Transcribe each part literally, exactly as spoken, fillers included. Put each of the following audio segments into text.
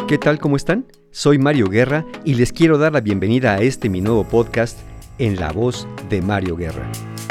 ¿Qué tal? ¿Cómo están? Soy Mario Guerra y les quiero dar la bienvenida a este mi nuevo podcast en la voz de Mario Guerra.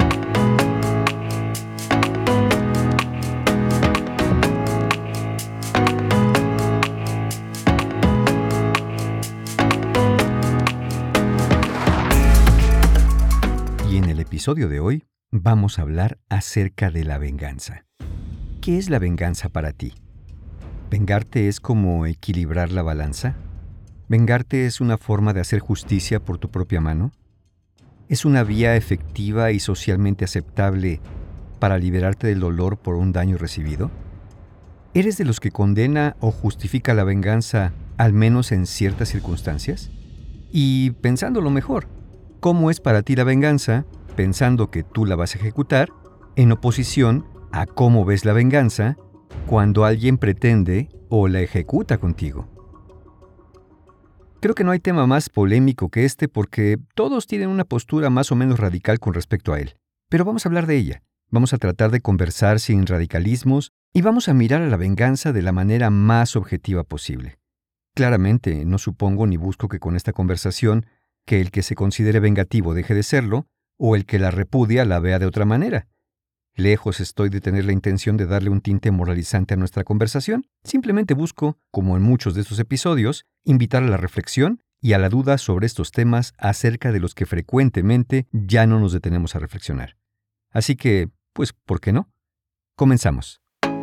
Y en el episodio de hoy vamos a hablar acerca de la venganza. ¿Qué es la venganza para ti? ¿Vengarte es como equilibrar la balanza? ¿Vengarte es una forma de hacer justicia por tu propia mano? ¿Es una vía efectiva y socialmente aceptable para liberarte del dolor por un daño recibido? ¿Eres de los que condena o justifica la venganza, al menos en ciertas circunstancias? Y pensándolo mejor, ¿cómo es para ti la venganza, pensando que tú la vas a ejecutar, en oposición a cómo ves la venganza cuando alguien pretende o la ejecuta contigo? Creo que no hay tema más polémico que este porque todos tienen una postura más o menos radical con respecto a él. Pero vamos a hablar de ella. Vamos a tratar de conversar sin radicalismos y vamos a mirar a la venganza de la manera más objetiva posible. Claramente, no supongo ni busco que con esta conversación que el que se considere vengativo deje de serlo o el que la repudia la vea de otra manera. Lejos estoy de tener la intención de darle un tinte moralizante a nuestra conversación. Simplemente busco, como en muchos de estos episodios, invitar a la reflexión y a la duda sobre estos temas acerca de los que frecuentemente ya no nos detenemos a reflexionar. Así que, pues, ¿por qué no? Comenzamos.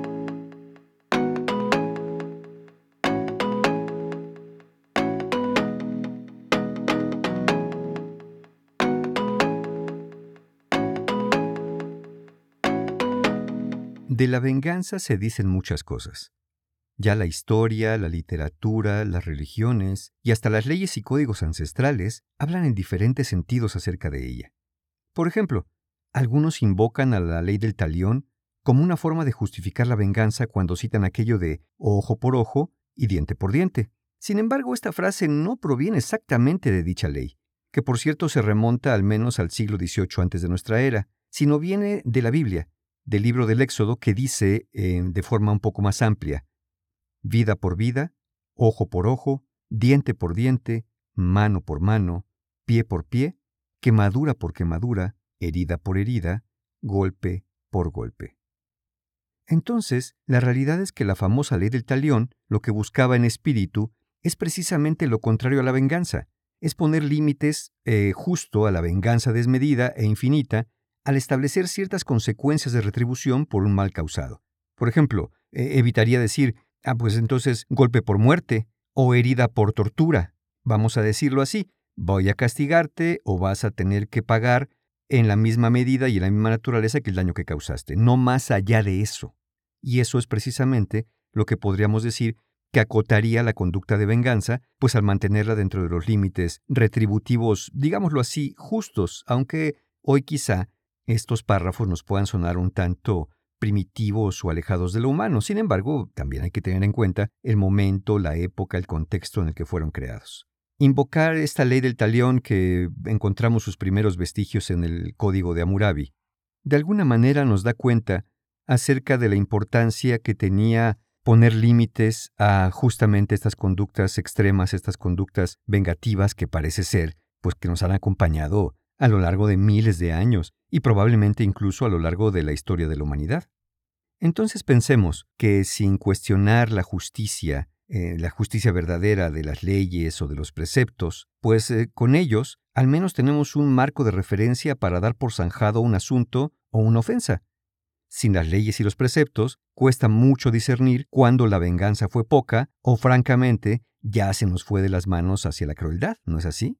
De la venganza se dicen muchas cosas. Ya la historia, la literatura, las religiones y hasta las leyes y códigos ancestrales hablan en diferentes sentidos acerca de ella. Por ejemplo, algunos invocan a la ley del talión como una forma de justificar la venganza cuando citan aquello de ojo por ojo y diente por diente. Sin embargo, esta frase no proviene exactamente de dicha ley, que por cierto se remonta al menos al siglo dieciocho antes de nuestra era, sino viene de la Biblia, del libro del Éxodo, que dice eh, de forma un poco más amplia: vida por vida, ojo por ojo, diente por diente, mano por mano, pie por pie, quemadura por quemadura, herida por herida, golpe por golpe. Entonces, la realidad es que la famosa ley del talión, lo que buscaba en espíritu, es precisamente lo contrario a la venganza. Es poner límites eh, justo a la venganza desmedida e infinita, al establecer ciertas consecuencias de retribución por un mal causado. Por ejemplo, eh, evitaría decir, ah, pues entonces golpe por muerte o herida por tortura. Vamos a decirlo así, voy a castigarte o vas a tener que pagar en la misma medida y en la misma naturaleza que el daño que causaste, no más allá de eso. Y eso es precisamente lo que podríamos decir que acotaría la conducta de venganza, pues al mantenerla dentro de los límites retributivos, digámoslo así, justos, aunque hoy quizá estos párrafos nos puedan sonar un tanto primitivos o alejados de lo humano. Sin embargo, también hay que tener en cuenta el momento, la época, el contexto en el que fueron creados. Invocar esta ley del talión, que encontramos sus primeros vestigios en el Código de Hammurabi, de alguna manera nos da cuenta acerca de la importancia que tenía poner límites a justamente estas conductas extremas, estas conductas vengativas que parece ser, pues que nos han acompañado a lo largo de miles de años y probablemente incluso a lo largo de la historia de la humanidad. Entonces pensemos que sin cuestionar la justicia, eh, la justicia verdadera de las leyes o de los preceptos, pues eh, con ellos al menos tenemos un marco de referencia para dar por zanjado un asunto o una ofensa. Sin las leyes y los preceptos, cuesta mucho discernir cuándo la venganza fue poca o francamente ya se nos fue de las manos hacia la crueldad, ¿no es así?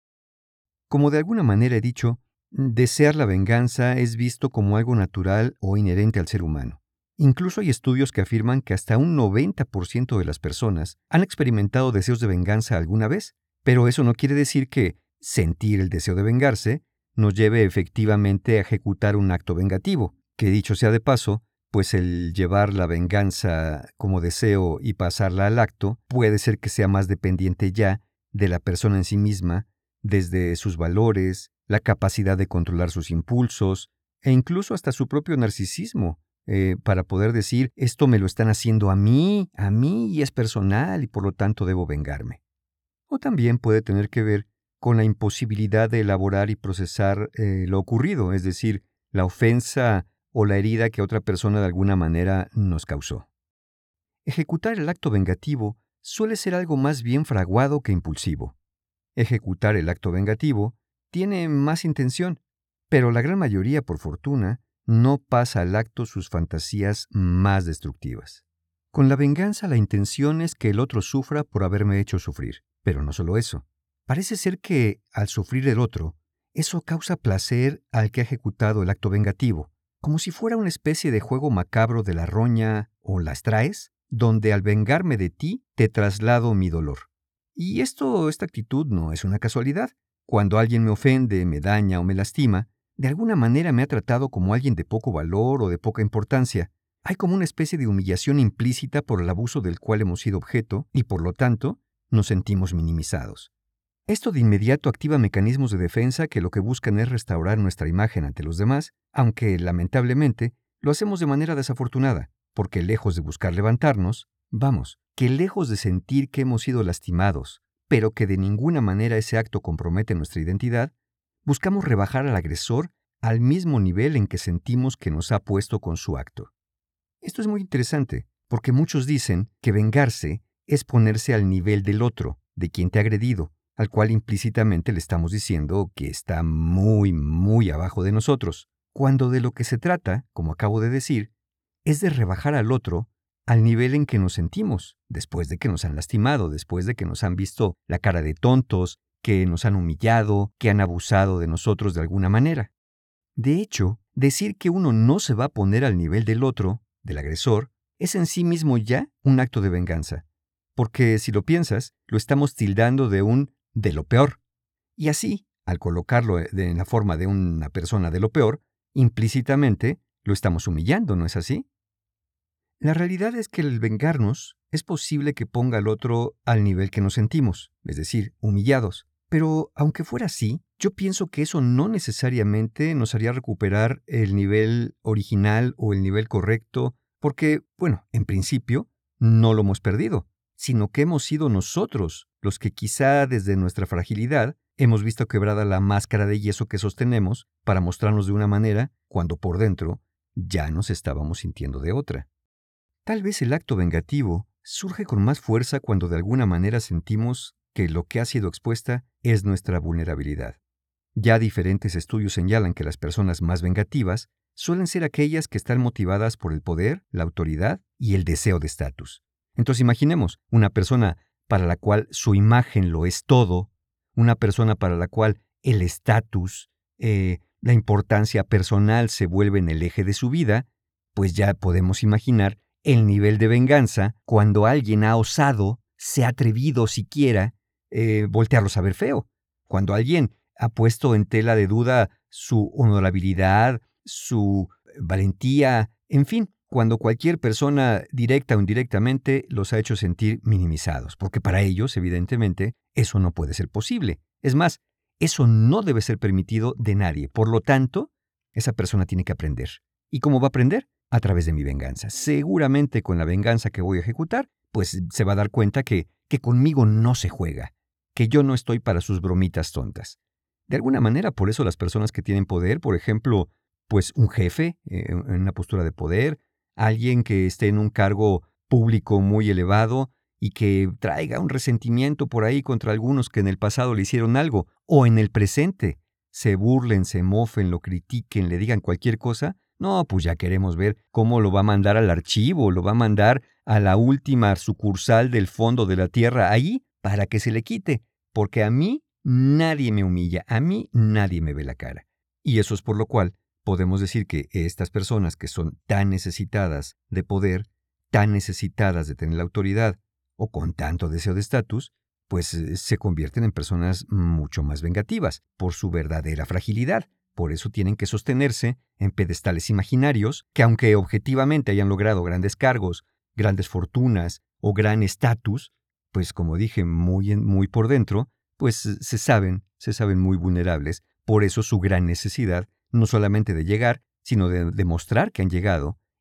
Como de alguna manera he dicho, desear la venganza es visto como algo natural o inherente al ser humano. Incluso hay estudios que afirman que hasta un noventa por ciento de las personas han experimentado deseos de venganza alguna vez, pero eso no quiere decir que sentir el deseo de vengarse nos lleve efectivamente a ejecutar un acto vengativo, que dicho sea de paso, pues el llevar la venganza como deseo y pasarla al acto puede ser que sea más dependiente ya de la persona en sí misma, desde sus valores, la capacidad de controlar sus impulsos e incluso hasta su propio narcisismo, eh, para poder decir, esto me lo están haciendo a mí, a mí y es personal y por lo tanto debo vengarme. O también puede tener que ver con la imposibilidad de elaborar y procesar eh, lo ocurrido, es decir, la ofensa o la herida que otra persona de alguna manera nos causó. Ejecutar el acto vengativo suele ser algo más bien fraguado que impulsivo. Ejecutar el acto vengativo tiene más intención, pero la gran mayoría, por fortuna, no pasa al acto sus fantasías más destructivas. Con la venganza la intención es que el otro sufra por haberme hecho sufrir, pero no solo eso. Parece ser que, al sufrir el otro, eso causa placer al que ha ejecutado el acto vengativo, como si fuera una especie de juego macabro de la roña o las traes, donde al vengarme de ti te traslado mi dolor. Y esto, esta actitud no es una casualidad. Cuando alguien me ofende, me daña o me lastima, de alguna manera me ha tratado como alguien de poco valor o de poca importancia. Hay como una especie de humillación implícita por el abuso del cual hemos sido objeto y, por lo tanto, nos sentimos minimizados. Esto de inmediato activa mecanismos de defensa que lo que buscan es restaurar nuestra imagen ante los demás, aunque, lamentablemente, lo hacemos de manera desafortunada, porque lejos de buscar levantarnos, vamos, que lejos de sentir que hemos sido lastimados, pero que de ninguna manera ese acto compromete nuestra identidad, buscamos rebajar al agresor al mismo nivel en que sentimos que nos ha puesto con su acto. Esto es muy interesante, porque muchos dicen que vengarse es ponerse al nivel del otro, de quien te ha agredido, al cual implícitamente le estamos diciendo que está muy, muy abajo de nosotros, cuando de lo que se trata, como acabo de decir, es de rebajar al otro al nivel en que nos sentimos, después de que nos han lastimado, después de que nos han visto la cara de tontos, que nos han humillado, que han abusado de nosotros de alguna manera. De hecho, decir que uno no se va a poner al nivel del otro, del agresor, es en sí mismo ya un acto de venganza, porque si lo piensas, lo estamos tildando de un de lo peor. Y así, al colocarlo de, en la forma de una persona de lo peor, implícitamente lo estamos humillando, ¿no es así? La realidad es que el vengarnos es posible que ponga al otro al nivel que nos sentimos, es decir, humillados. Pero, aunque fuera así, yo pienso que eso no necesariamente nos haría recuperar el nivel original o el nivel correcto, porque, bueno, en principio, no lo hemos perdido, sino que hemos sido nosotros los que quizá desde nuestra fragilidad hemos visto quebrada la máscara de yeso que sostenemos para mostrarnos de una manera cuando por dentro ya nos estábamos sintiendo de otra. Tal vez el acto vengativo surge con más fuerza cuando de alguna manera sentimos que lo que ha sido expuesta es nuestra vulnerabilidad. Ya diferentes estudios señalan que las personas más vengativas suelen ser aquellas que están motivadas por el poder, la autoridad y el deseo de estatus. Entonces imaginemos una persona para la cual su imagen lo es todo, una persona para la cual el estatus, eh, la importancia personal se vuelven el eje de su vida, pues ya podemos imaginar el nivel de venganza cuando alguien ha osado, se ha atrevido siquiera, eh, voltearlos a ver feo. Cuando alguien ha puesto en tela de duda su honorabilidad, su valentía, en fin, cuando cualquier persona, directa o indirectamente, los ha hecho sentir minimizados, porque para ellos, evidentemente, eso no puede ser posible. Es más, eso no debe ser permitido de nadie. Por lo tanto, esa persona tiene que aprender. ¿Y cómo va a aprender? A través de mi venganza. Seguramente con la venganza que voy a ejecutar, pues se va a dar cuenta que, que conmigo no se juega, que yo no estoy para sus bromitas tontas. De alguna manera, por eso las personas que tienen poder, por ejemplo, pues un jefe eh, en una postura de poder, alguien que esté en un cargo público muy elevado y que traiga un resentimiento por ahí contra algunos que en el pasado le hicieron algo, o en el presente se burlen, se mofen, lo critiquen, le digan cualquier cosa, no, pues ya queremos ver cómo lo va a mandar al archivo, lo va a mandar a la última sucursal del fondo de la tierra ahí para que se le quite, porque a mí nadie me humilla, a mí nadie me ve la cara. Y eso es por lo cual podemos decir que estas personas que son tan necesitadas de poder, tan necesitadas de tener la autoridad o con tanto deseo de estatus, pues se convierten en personas mucho más vengativas por su verdadera fragilidad. Por eso tienen que sostenerse en pedestales imaginarios que, aunque objetivamente hayan logrado grandes cargos, grandes fortunas o gran estatus, pues como dije, muy, muy por dentro, pues se saben, se saben muy vulnerables. Por eso su gran necesidad, no solamente de llegar, sino de demostrar que han llegado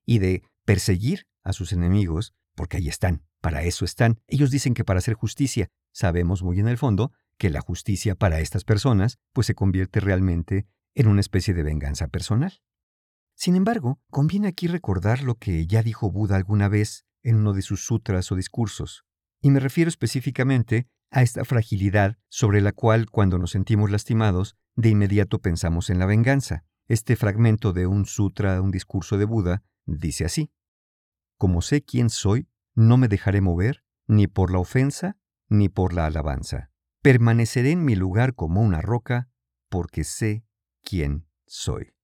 y de perseguir a sus enemigos, porque ahí están, para eso están. Ellos dicen que para hacer justicia. Sabemos muy en el fondo que la justicia para estas personas pues se convierte realmente en una especie de venganza personal. Sin embargo, conviene aquí recordar lo que ya dijo Buda alguna vez en uno de sus sutras o discursos, y me refiero específicamente a esta fragilidad sobre la cual cuando nos sentimos lastimados, de inmediato pensamos en la venganza. Este fragmento de un sutra, un discurso de Buda, dice así: como sé quién soy, no me dejaré mover, ni por la ofensa, ni por la alabanza. Permaneceré en mi lugar como una roca, porque sé quién soy.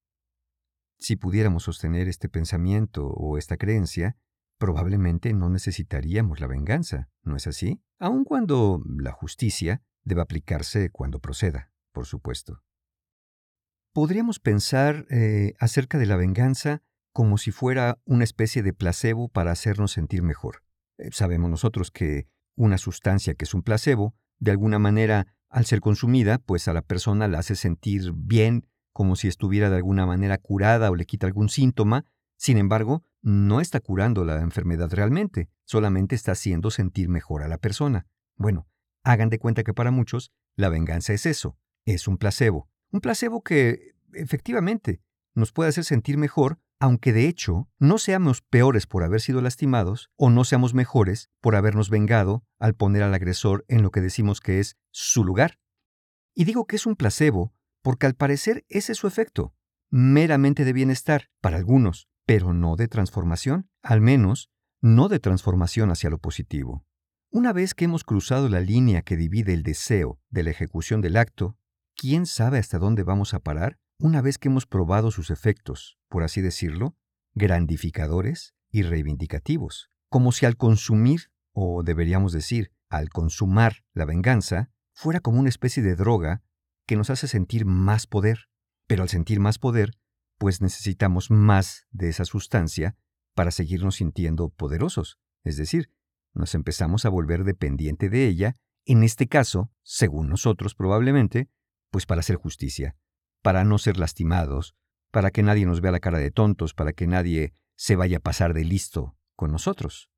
Si pudiéramos sostener este pensamiento o esta creencia, probablemente no necesitaríamos la venganza, ¿no es así? Aun cuando la justicia debe aplicarse cuando proceda, por supuesto. Podríamos pensar eh, acerca de la venganza como si fuera una especie de placebo para hacernos sentir mejor. Eh, sabemos nosotros que una sustancia que es un placebo, de alguna manera, al ser consumida, pues a la persona la hace sentir bien, como si estuviera de alguna manera curada o le quita algún síntoma. Sin embargo, no está curando la enfermedad realmente, solamente está haciendo sentir mejor a la persona. Bueno, hagan de cuenta que para muchos la venganza es eso, es un placebo. Un placebo que, efectivamente, nos puede hacer sentir mejor, aunque de hecho no seamos peores por haber sido lastimados o no seamos mejores por habernos vengado al poner al agresor en lo que decimos que es su lugar. Y digo que es un placebo porque al parecer ese es su efecto, meramente de bienestar para algunos, pero no de transformación, al menos no de transformación hacia lo positivo. Una vez que hemos cruzado la línea que divide el deseo de la ejecución del acto, ¿quién sabe hasta dónde vamos a parar una vez que hemos probado sus efectos, por así decirlo, grandificadores y reivindicativos? Como si al consumir, o deberíamos decir, al consumar la venganza, fuera como una especie de droga que nos hace sentir más poder. Pero al sentir más poder, pues necesitamos más de esa sustancia para seguirnos sintiendo poderosos. Es decir, nos empezamos a volver dependiente de ella, en este caso, según nosotros probablemente, pues para hacer justicia, para no ser lastimados, para que nadie nos vea la cara de tontos, para que nadie se vaya a pasar de listo con nosotros.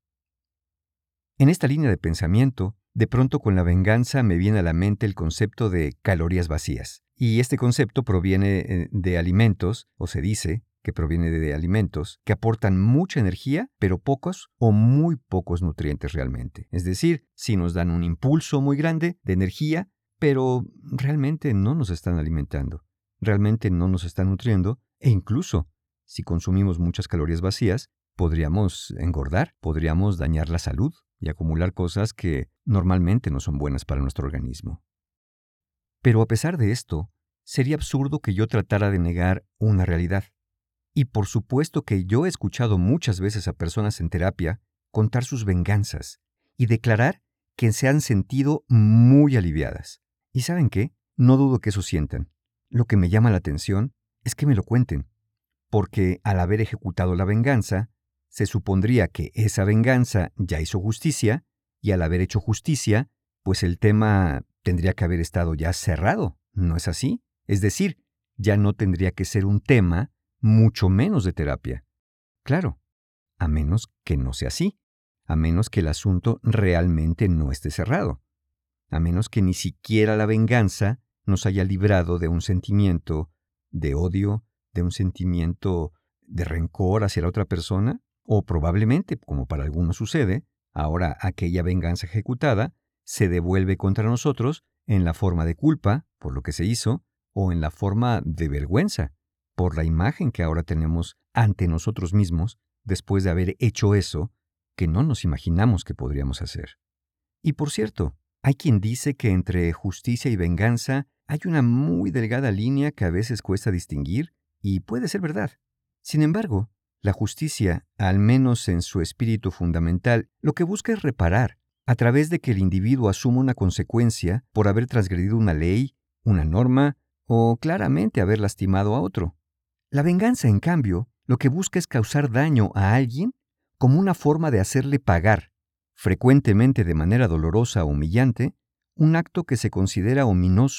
En esta línea de pensamiento, de pronto con la venganza me viene a la mente el concepto de calorías vacías. Y este concepto proviene de alimentos, o se dice que proviene de alimentos, que aportan mucha energía, pero pocos o muy pocos nutrientes realmente. Es decir, si nos dan un impulso muy grande de energía, pero realmente no nos están alimentando, realmente no nos están nutriendo, e incluso, si consumimos muchas calorías vacías, podríamos engordar, podríamos dañar la salud y acumular cosas que normalmente no son buenas para nuestro organismo. Pero a pesar de esto, sería absurdo que yo tratara de negar una realidad. Y por supuesto que yo he escuchado muchas veces a personas en terapia contar sus venganzas y declarar que se han sentido muy aliviadas. ¿Y saben qué? No dudo que eso sientan. Lo que me llama la atención es que me lo cuenten, porque al haber ejecutado la venganza, se supondría que esa venganza ya hizo justicia, y al haber hecho justicia, pues el tema tendría que haber estado ya cerrado, ¿no es así? Es decir, ya no tendría que ser un tema, mucho menos de terapia. Claro, a menos que no sea así, a menos que el asunto realmente no esté cerrado, a menos que ni siquiera la venganza nos haya librado de un sentimiento de odio, de un sentimiento de rencor hacia la otra persona, o probablemente, como para algunos sucede, ahora aquella venganza ejecutada se devuelve contra nosotros en la forma de culpa por lo que se hizo, o en la forma de vergüenza por la imagen que ahora tenemos ante nosotros mismos después de haber hecho eso que no nos imaginamos que podríamos hacer. Y por cierto, hay quien dice que entre justicia y venganza hay una muy delgada línea que a veces cuesta distinguir, y puede ser verdad. Sin embargo, la justicia, al menos en su espíritu fundamental, lo que busca es reparar, a través de que el individuo asuma una consecuencia por haber transgredido una ley, una norma, o claramente haber lastimado a otro. La venganza, en cambio, lo que busca es causar daño a alguien como una forma de hacerle pagar, frecuentemente de manera dolorosa o humillante, un acto que se considera ominoso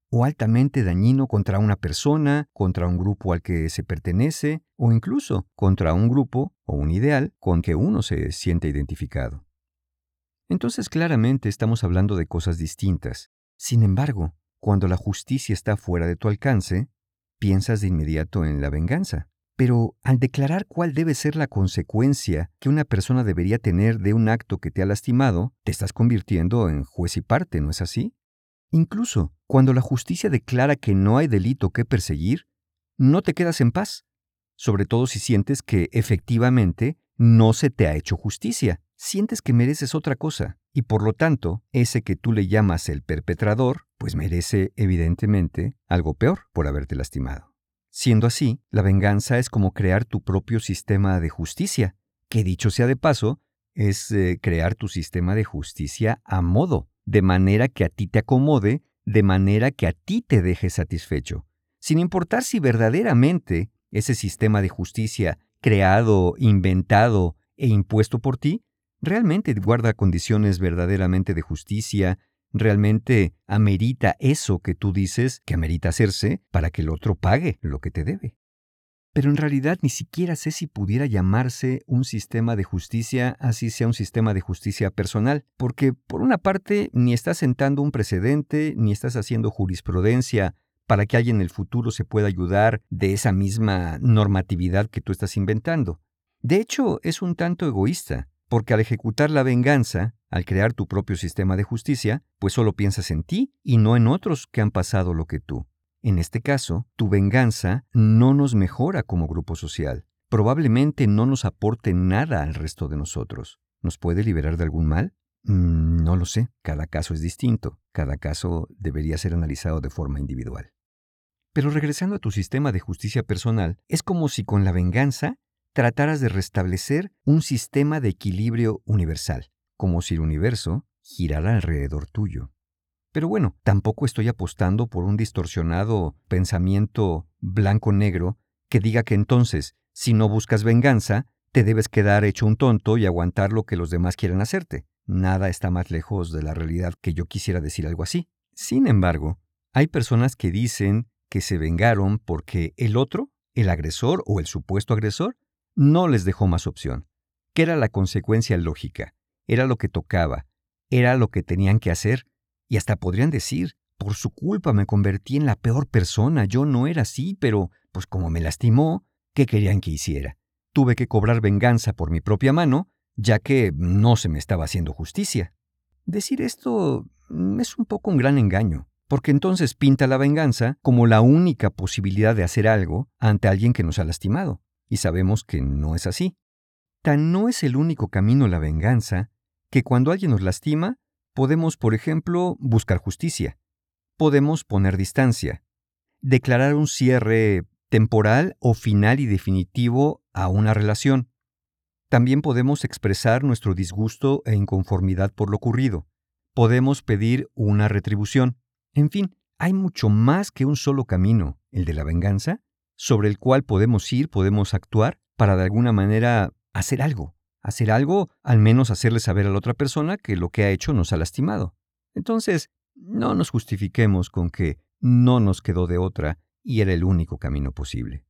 o altamente dañino contra una persona, contra un grupo al que se pertenece, o incluso contra un grupo o un ideal con que uno se siente identificado. Entonces claramente estamos hablando de cosas distintas. Sin embargo, cuando la justicia está fuera de tu alcance, piensas de inmediato en la venganza. Pero al declarar cuál debe ser la consecuencia que una persona debería tener de un acto que te ha lastimado, te estás convirtiendo en juez y parte, ¿no es así? Incluso cuando la justicia declara que no hay delito que perseguir, no te quedas en paz, sobre todo si sientes que efectivamente no se te ha hecho justicia. Sientes que mereces otra cosa, y por lo tanto, ese que tú le llamas el perpetrador, pues merece evidentemente algo peor por haberte lastimado. Siendo así, la venganza es como crear tu propio sistema de justicia, que dicho sea de paso, es eh, crear tu sistema de justicia a modo, de manera que a ti te acomode, de manera que a ti te deje satisfecho, sin importar si verdaderamente ese sistema de justicia creado, inventado e impuesto por ti, realmente guarda condiciones verdaderamente de justicia, realmente amerita eso que tú dices que amerita hacerse para que el otro pague lo que te debe. Pero en realidad ni siquiera sé si pudiera llamarse un sistema de justicia así sea un sistema de justicia personal, porque por una parte ni estás sentando un precedente, ni estás haciendo jurisprudencia para que alguien en el futuro se pueda ayudar de esa misma normatividad que tú estás inventando. De hecho, es un tanto egoísta, porque al ejecutar la venganza, al crear tu propio sistema de justicia, pues solo piensas en ti y no en otros que han pasado lo que tú. En este caso, tu venganza no nos mejora como grupo social. Probablemente no nos aporte nada al resto de nosotros. ¿Nos puede liberar de algún mal? Mm, no lo sé. Cada caso es distinto. Cada caso debería ser analizado de forma individual. Pero regresando a tu sistema de justicia personal, es como si con la venganza trataras de restablecer un sistema de equilibrio universal, como si el universo girara alrededor tuyo. Pero bueno, tampoco estoy apostando por un distorsionado pensamiento blanco-negro que diga que entonces, si no buscas venganza, te debes quedar hecho un tonto y aguantar lo que los demás quieran hacerte. Nada está más lejos de la realidad que yo quisiera decir algo así. Sin embargo, hay personas que dicen que se vengaron porque el otro, el agresor o el supuesto agresor, no les dejó más opción, que era la consecuencia lógica, era lo que tocaba, era lo que tenían que hacer, y hasta podrían decir, por su culpa me convertí en la peor persona, yo no era así, pero, pues como me lastimó, ¿qué querían que hiciera? Tuve que cobrar venganza por mi propia mano, ya que no se me estaba haciendo justicia. Decir esto es un poco un gran engaño, porque entonces pinta la venganza como la única posibilidad de hacer algo ante alguien que nos ha lastimado. Y sabemos que no es así. Tan no es el único camino la venganza, que cuando alguien nos lastima, podemos, por ejemplo, buscar justicia. Podemos poner distancia, declarar un cierre temporal o final y definitivo a una relación. También podemos expresar nuestro disgusto e inconformidad por lo ocurrido. Podemos pedir una retribución. En fin, hay mucho más que un solo camino, el de la venganza, sobre el cual podemos ir, podemos actuar para de alguna manera hacer algo. Hacer algo, al menos hacerle saber a la otra persona que lo que ha hecho nos ha lastimado. Entonces, no nos justifiquemos con que no nos quedó de otra y era el único camino posible.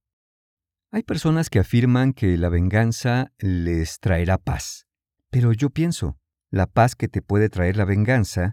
Hay personas que afirman que la venganza les traerá paz, pero yo pienso, la paz que te puede traer la venganza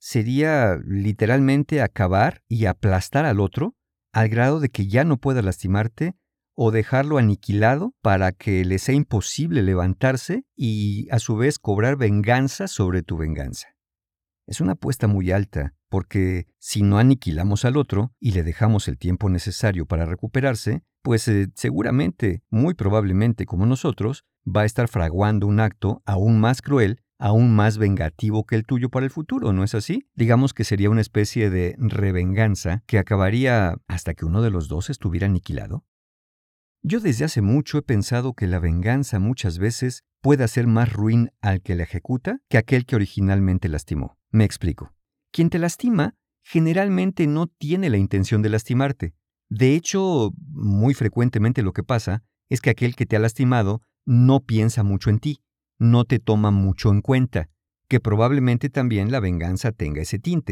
sería literalmente acabar y aplastar al otro al grado de que ya no pueda lastimarte o dejarlo aniquilado para que le sea imposible levantarse y a su vez cobrar venganza sobre tu venganza. Es una apuesta muy alta, porque si no aniquilamos al otro y le dejamos el tiempo necesario para recuperarse, pues eh, seguramente, muy probablemente como nosotros, va a estar fraguando un acto aún más cruel, aún más vengativo que el tuyo para el futuro, ¿no es así? Digamos que sería una especie de revenganza que acabaría hasta que uno de los dos estuviera aniquilado. Yo desde hace mucho he pensado que la venganza muchas veces puede hacer más ruin al que la ejecuta que aquel que originalmente lastimó. Me explico. Quien te lastima generalmente no tiene la intención de lastimarte. De hecho, muy frecuentemente lo que pasa es que aquel que te ha lastimado no piensa mucho en ti, no te toma mucho en cuenta, que probablemente también la venganza tenga ese tinte.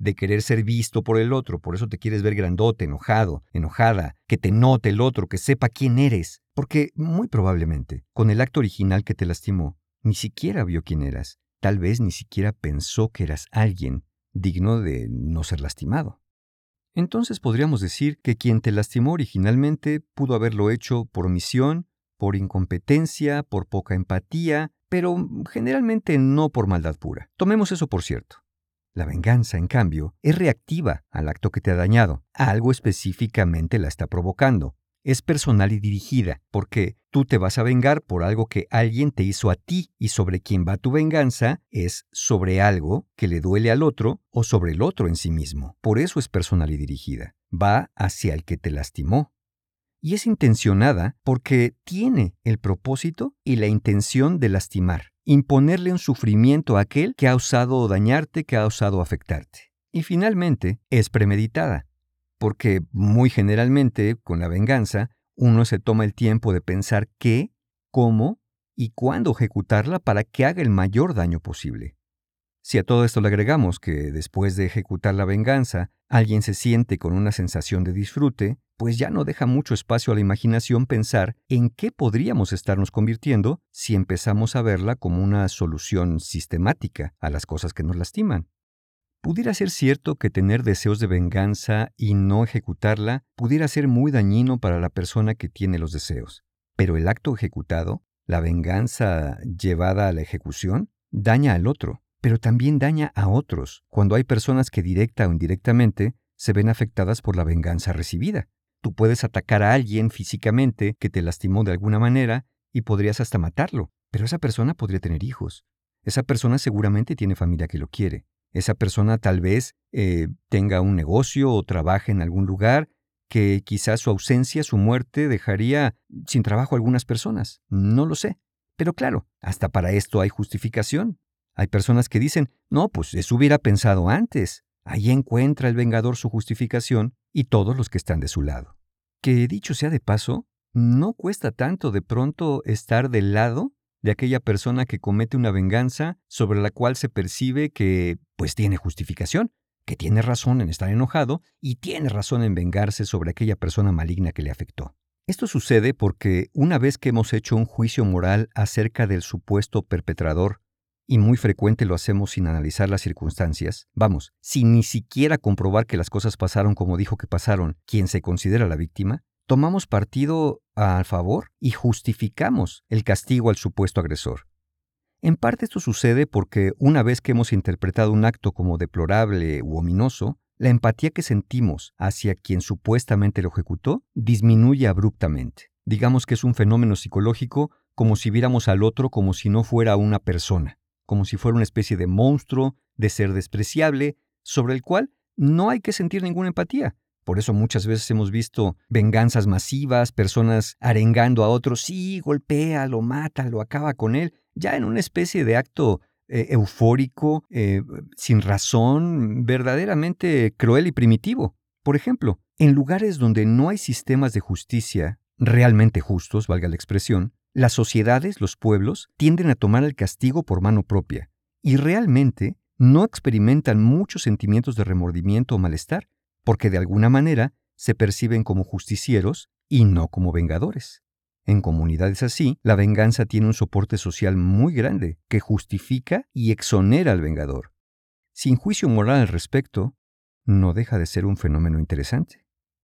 de querer ser visto por el otro, por eso te quieres ver grandote, enojado, enojada, que te note el otro, que sepa quién eres, porque muy probablemente, con el acto original que te lastimó, ni siquiera vio quién eras, tal vez ni siquiera pensó que eras alguien digno de no ser lastimado. Entonces podríamos decir que quien te lastimó originalmente pudo haberlo hecho por omisión, por incompetencia, por poca empatía, pero generalmente no por maldad pura. Tomemos eso por cierto. La venganza, en cambio, es reactiva al acto que te ha dañado. Algo específicamente la está provocando. Es personal y dirigida, porque tú te vas a vengar por algo que alguien te hizo a ti, y sobre quien va tu venganza es sobre algo que le duele al otro o sobre el otro en sí mismo. Por eso es personal y dirigida. Va hacia el que te lastimó. Y es intencionada porque tiene el propósito y la intención de lastimar, imponerle un sufrimiento a aquel que ha osado dañarte, que ha osado afectarte. Y finalmente, es premeditada, porque muy generalmente, con la venganza, uno se toma el tiempo de pensar qué, cómo y cuándo ejecutarla para que haga el mayor daño posible. Si a todo esto le agregamos que después de ejecutar la venganza, alguien se siente con una sensación de disfrute, pues ya no deja mucho espacio a la imaginación pensar en qué podríamos estarnos convirtiendo si empezamos a verla como una solución sistemática a las cosas que nos lastiman. Pudiera ser cierto que tener deseos de venganza y no ejecutarla pudiera ser muy dañino para la persona que tiene los deseos, pero el acto ejecutado, la venganza llevada a la ejecución, daña al otro, pero también daña a otros, cuando hay personas que directa o indirectamente se ven afectadas por la venganza recibida. Tú puedes atacar a alguien físicamente que te lastimó de alguna manera y podrías hasta matarlo, pero esa persona podría tener hijos. Esa persona seguramente tiene familia que lo quiere. Esa persona tal vez eh, tenga un negocio o trabaje en algún lugar que quizás su ausencia, su muerte, dejaría sin trabajo a algunas personas. No lo sé. Pero claro, hasta para esto hay justificación. Hay personas que dicen, no, pues eso hubiera pensado antes. Ahí encuentra el vengador su justificación y todos los que están de su lado. Que dicho sea de paso, no cuesta tanto de pronto estar del lado de aquella persona que comete una venganza sobre la cual se percibe que, pues, tiene justificación, que tiene razón en estar enojado y tiene razón en vengarse sobre aquella persona maligna que le afectó. Esto sucede porque una vez que hemos hecho un juicio moral acerca del supuesto perpetrador, y muy frecuente lo hacemos sin analizar las circunstancias, vamos, sin ni siquiera comprobar que las cosas pasaron como dijo que pasaron quien se considera la víctima, tomamos partido a favor y justificamos el castigo al supuesto agresor. En parte esto sucede porque una vez que hemos interpretado un acto como deplorable u ominoso, la empatía que sentimos hacia quien supuestamente lo ejecutó disminuye abruptamente. Digamos que es un fenómeno psicológico como si viéramos al otro como si no fuera una persona, como si fuera una especie de monstruo, de ser despreciable, sobre el cual no hay que sentir ninguna empatía. Por eso muchas veces hemos visto venganzas masivas, personas arengando a otros, sí, golpéalo, mátalo, acaba con él, ya en una especie de acto eh, eufórico, eh, sin razón, verdaderamente cruel y primitivo. Por ejemplo, en lugares donde no hay sistemas de justicia realmente justos, valga la expresión, las sociedades, los pueblos, tienden a tomar el castigo por mano propia y realmente no experimentan muchos sentimientos de remordimiento o malestar, porque de alguna manera se perciben como justicieros y no como vengadores. En comunidades así, la venganza tiene un soporte social muy grande que justifica y exonera al vengador. Sin juicio moral al respecto, no deja de ser un fenómeno interesante.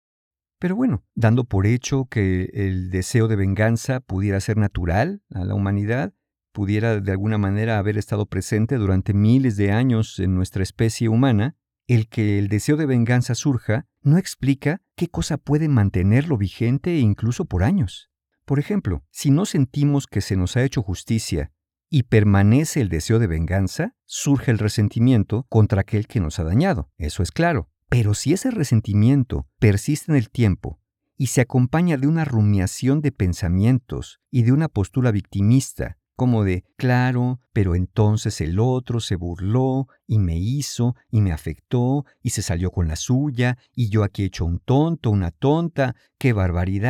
Pero bueno, dando por hecho que el deseo de venganza pudiera ser natural a la humanidad, pudiera de alguna manera haber estado presente durante miles de años en nuestra especie humana, el que el deseo de venganza surja no explica qué cosa puede mantenerlo vigente e incluso por años. Por ejemplo, si no sentimos que se nos ha hecho justicia y permanece el deseo de venganza, surge el resentimiento contra aquel que nos ha dañado, eso es claro. Pero si ese resentimiento persiste en el tiempo y se acompaña de una rumiación de pensamientos y de una postura victimista, como de, claro, pero entonces el otro se burló y me hizo y me afectó y se salió con la suya y yo aquí he hecho un tonto, una tonta, qué barbaridad,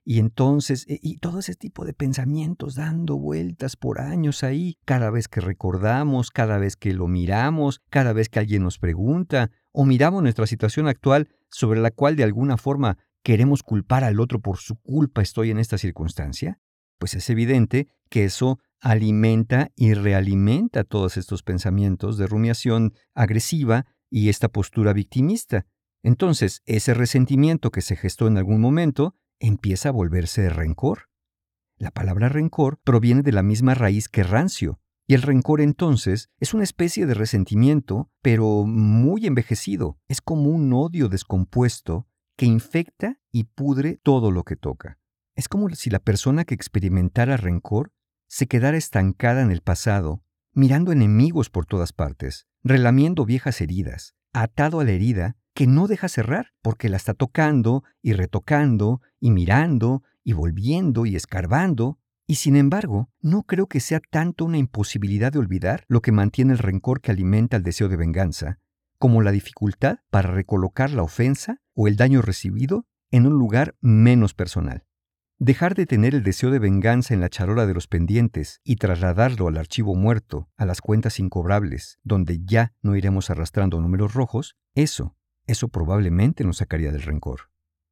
y entonces, y, y todo ese tipo de pensamientos dando vueltas por años ahí, cada vez que recordamos, cada vez que lo miramos, cada vez que alguien nos pregunta, o miramos nuestra situación actual sobre la cual de alguna forma queremos culpar al otro por su culpa estoy en esta circunstancia, pues es evidente que eso alimenta y realimenta todos estos pensamientos de rumiación agresiva y esta postura victimista. Entonces, ese resentimiento que se gestó en algún momento empieza a volverse rencor. La palabra rencor proviene de la misma raíz que rancio, y el rencor entonces es una especie de resentimiento, pero muy envejecido. Es como un odio descompuesto que infecta y pudre todo lo que toca. Es como si la persona que experimentara rencor se quedara estancada en el pasado, mirando enemigos por todas partes, relamiendo viejas heridas, atado a la herida que no deja cerrar porque la está tocando y retocando y mirando y volviendo y escarbando. Y sin embargo, no creo que sea tanto una imposibilidad de olvidar lo que mantiene el rencor que alimenta el deseo de venganza, como la dificultad para recolocar la ofensa o el daño recibido en un lugar menos personal. Dejar de tener el deseo de venganza en la charola de los pendientes y trasladarlo al archivo muerto, a las cuentas incobrables, donde ya no iremos arrastrando números rojos, eso, eso probablemente nos sacaría del rencor.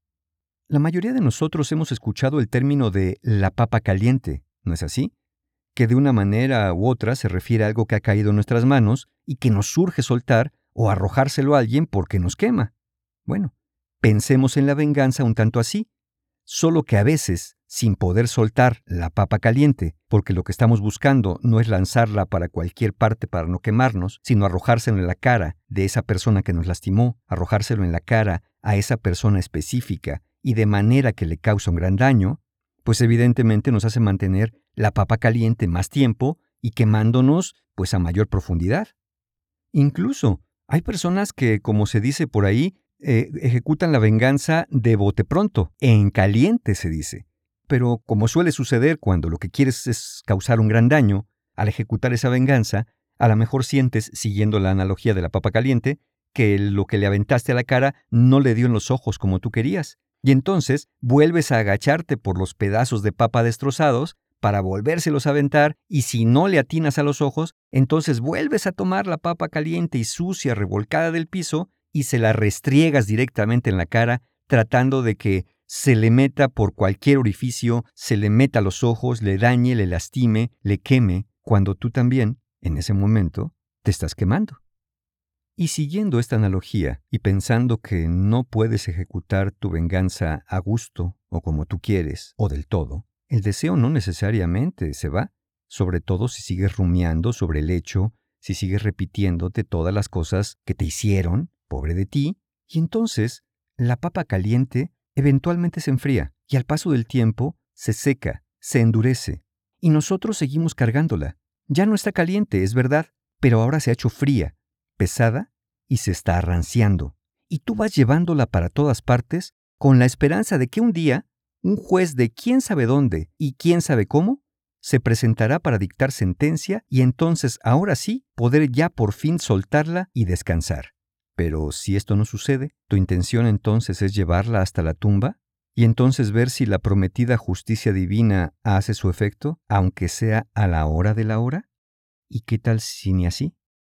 La mayoría de nosotros hemos escuchado el término de la papa caliente, ¿no es así? Que de una manera u otra se refiere a algo que ha caído en nuestras manos y que nos surge soltar o arrojárselo a alguien porque nos quema. Bueno, pensemos en la venganza un tanto así. Solo que a veces, sin poder soltar la papa caliente, porque lo que estamos buscando no es lanzarla para cualquier parte para no quemarnos, sino arrojárselo en la cara de esa persona que nos lastimó, arrojárselo en la cara a esa persona específica y de manera que le causa un gran daño, pues evidentemente nos hace mantener la papa caliente más tiempo y quemándonos pues a mayor profundidad. Incluso hay personas que, como se dice por ahí, Eh, ejecutan la venganza de bote pronto, en caliente se dice. Pero como suele suceder cuando lo que quieres es causar un gran daño, al ejecutar esa venganza, a lo mejor sientes, siguiendo la analogía de la papa caliente, que lo que le aventaste a la cara no le dio en los ojos como tú querías. Y entonces vuelves a agacharte por los pedazos de papa destrozados para volvérselos a aventar y si no le atinas a los ojos, entonces vuelves a tomar la papa caliente y sucia revolcada del piso y se la restriegas directamente en la cara, tratando de que se le meta por cualquier orificio, se le meta a los ojos, le dañe, le lastime, le queme, cuando tú también, en ese momento, te estás quemando. Y siguiendo esta analogía y pensando que no puedes ejecutar tu venganza a gusto o como tú quieres o del todo, el deseo no necesariamente se va, sobre todo si sigues rumiando sobre el hecho, si sigues repitiéndote todas las cosas que te hicieron, pobre de ti, y entonces la papa caliente eventualmente se enfría y al paso del tiempo se seca, se endurece, y nosotros seguimos cargándola. Ya no está caliente, es verdad, pero ahora se ha hecho fría, pesada y se está arranciando. Y tú vas llevándola para todas partes con la esperanza de que un día un juez de quién sabe dónde y quién sabe cómo se presentará para dictar sentencia y entonces ahora sí poder ya por fin soltarla y descansar. Pero si esto no sucede, ¿tu intención entonces es llevarla hasta la tumba? Y entonces ver si la prometida justicia divina hace su efecto, aunque sea a la hora de la hora. ¿Y qué tal si ni así?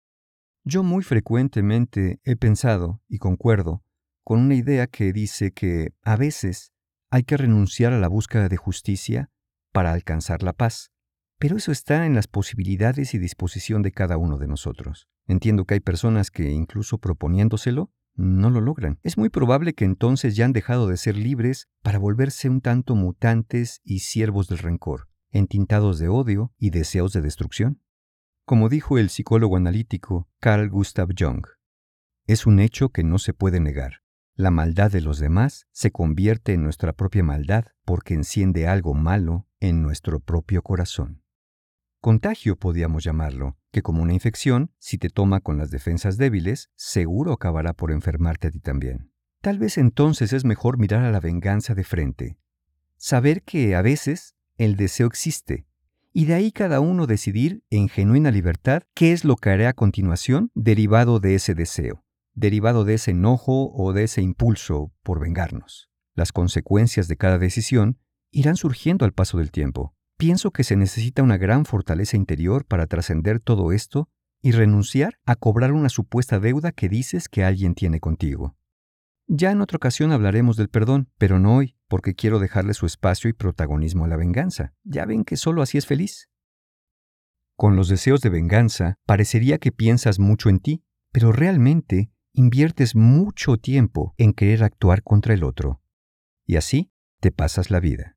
Yo muy frecuentemente he pensado, y concuerdo, con una idea que dice que, a veces, hay que renunciar a la búsqueda de justicia para alcanzar la paz. Pero eso está en las posibilidades y disposición de cada uno de nosotros. Entiendo que hay personas que, incluso proponiéndoselo, no lo logran. Es muy probable que entonces ya han dejado de ser libres para volverse un tanto mutantes y siervos del rencor, entintados de odio y deseos de destrucción. Como dijo el psicólogo analítico Carl Gustav Jung, es un hecho que no se puede negar. La maldad de los demás se convierte en nuestra propia maldad porque enciende algo malo en nuestro propio corazón. Contagio podíamos llamarlo, que como una infección, si te toma con las defensas débiles, seguro acabará por enfermarte a ti también. Tal vez entonces es mejor mirar a la venganza de frente. Saber que a veces el deseo existe, y de ahí cada uno decidir en genuina libertad qué es lo que hará a continuación derivado de ese deseo, derivado de ese enojo o de ese impulso por vengarnos. las consecuencias de cada decisión, irán surgiendo al paso del tiempo. Pienso que se necesita una gran fortaleza interior para trascender todo esto y renunciar a cobrar una supuesta deuda que dices que alguien tiene contigo. Ya en otra ocasión hablaremos del perdón, pero no hoy, porque quiero dejarle su espacio y protagonismo a la venganza. Ya ven que solo así es feliz. Con los deseos de venganza, parecería que piensas mucho en ti, pero realmente inviertes mucho tiempo en querer actuar contra el otro. Y así te pasas la vida.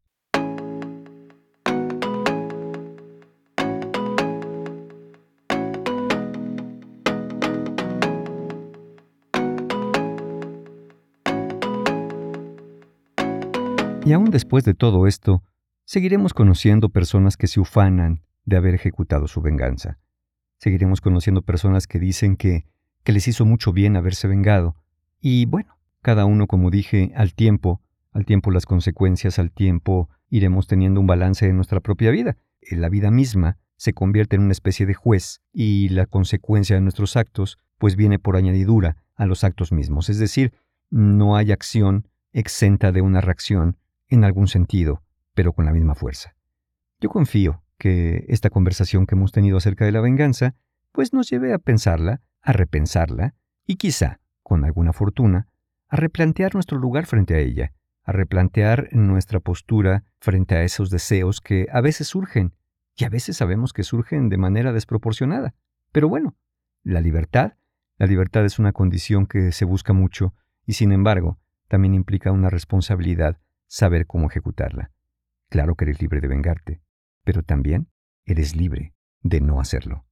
Y aún después de todo esto, seguiremos conociendo personas que se ufanan de haber ejecutado su venganza. Seguiremos conociendo personas que dicen que, que les hizo mucho bien haberse vengado. Y bueno, cada uno, como dije, al tiempo, al tiempo las consecuencias, al tiempo iremos teniendo un balance de nuestra propia vida. La vida misma se convierte en una especie de juez y la consecuencia de nuestros actos pues viene por añadidura a los actos mismos. Es decir, no hay acción exenta de una reacción en algún sentido, pero con la misma fuerza. Yo confío que esta conversación que hemos tenido acerca de la venganza, pues nos lleve a pensarla, a repensarla, y quizá, con alguna fortuna, a replantear nuestro lugar frente a ella, a replantear nuestra postura frente a esos deseos que a veces surgen, y a veces sabemos que surgen de manera desproporcionada. Pero bueno, la libertad, la libertad es una condición que se busca mucho, y sin embargo, también implica una responsabilidad saber cómo ejecutarla. Claro que eres libre de vengarte, pero también eres libre de no hacerlo.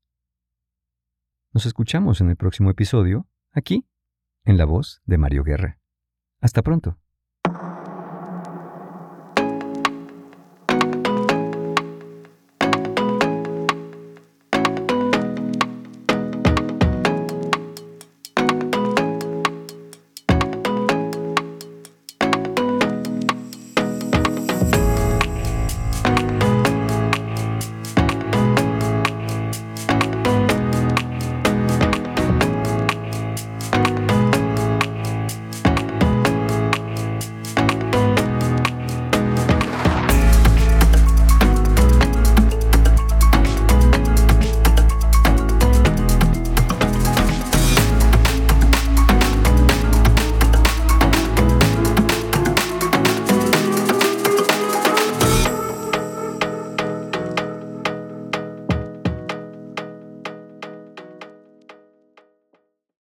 Nos escuchamos en el próximo episodio, aquí, en la voz de Mario Guerra. Hasta pronto.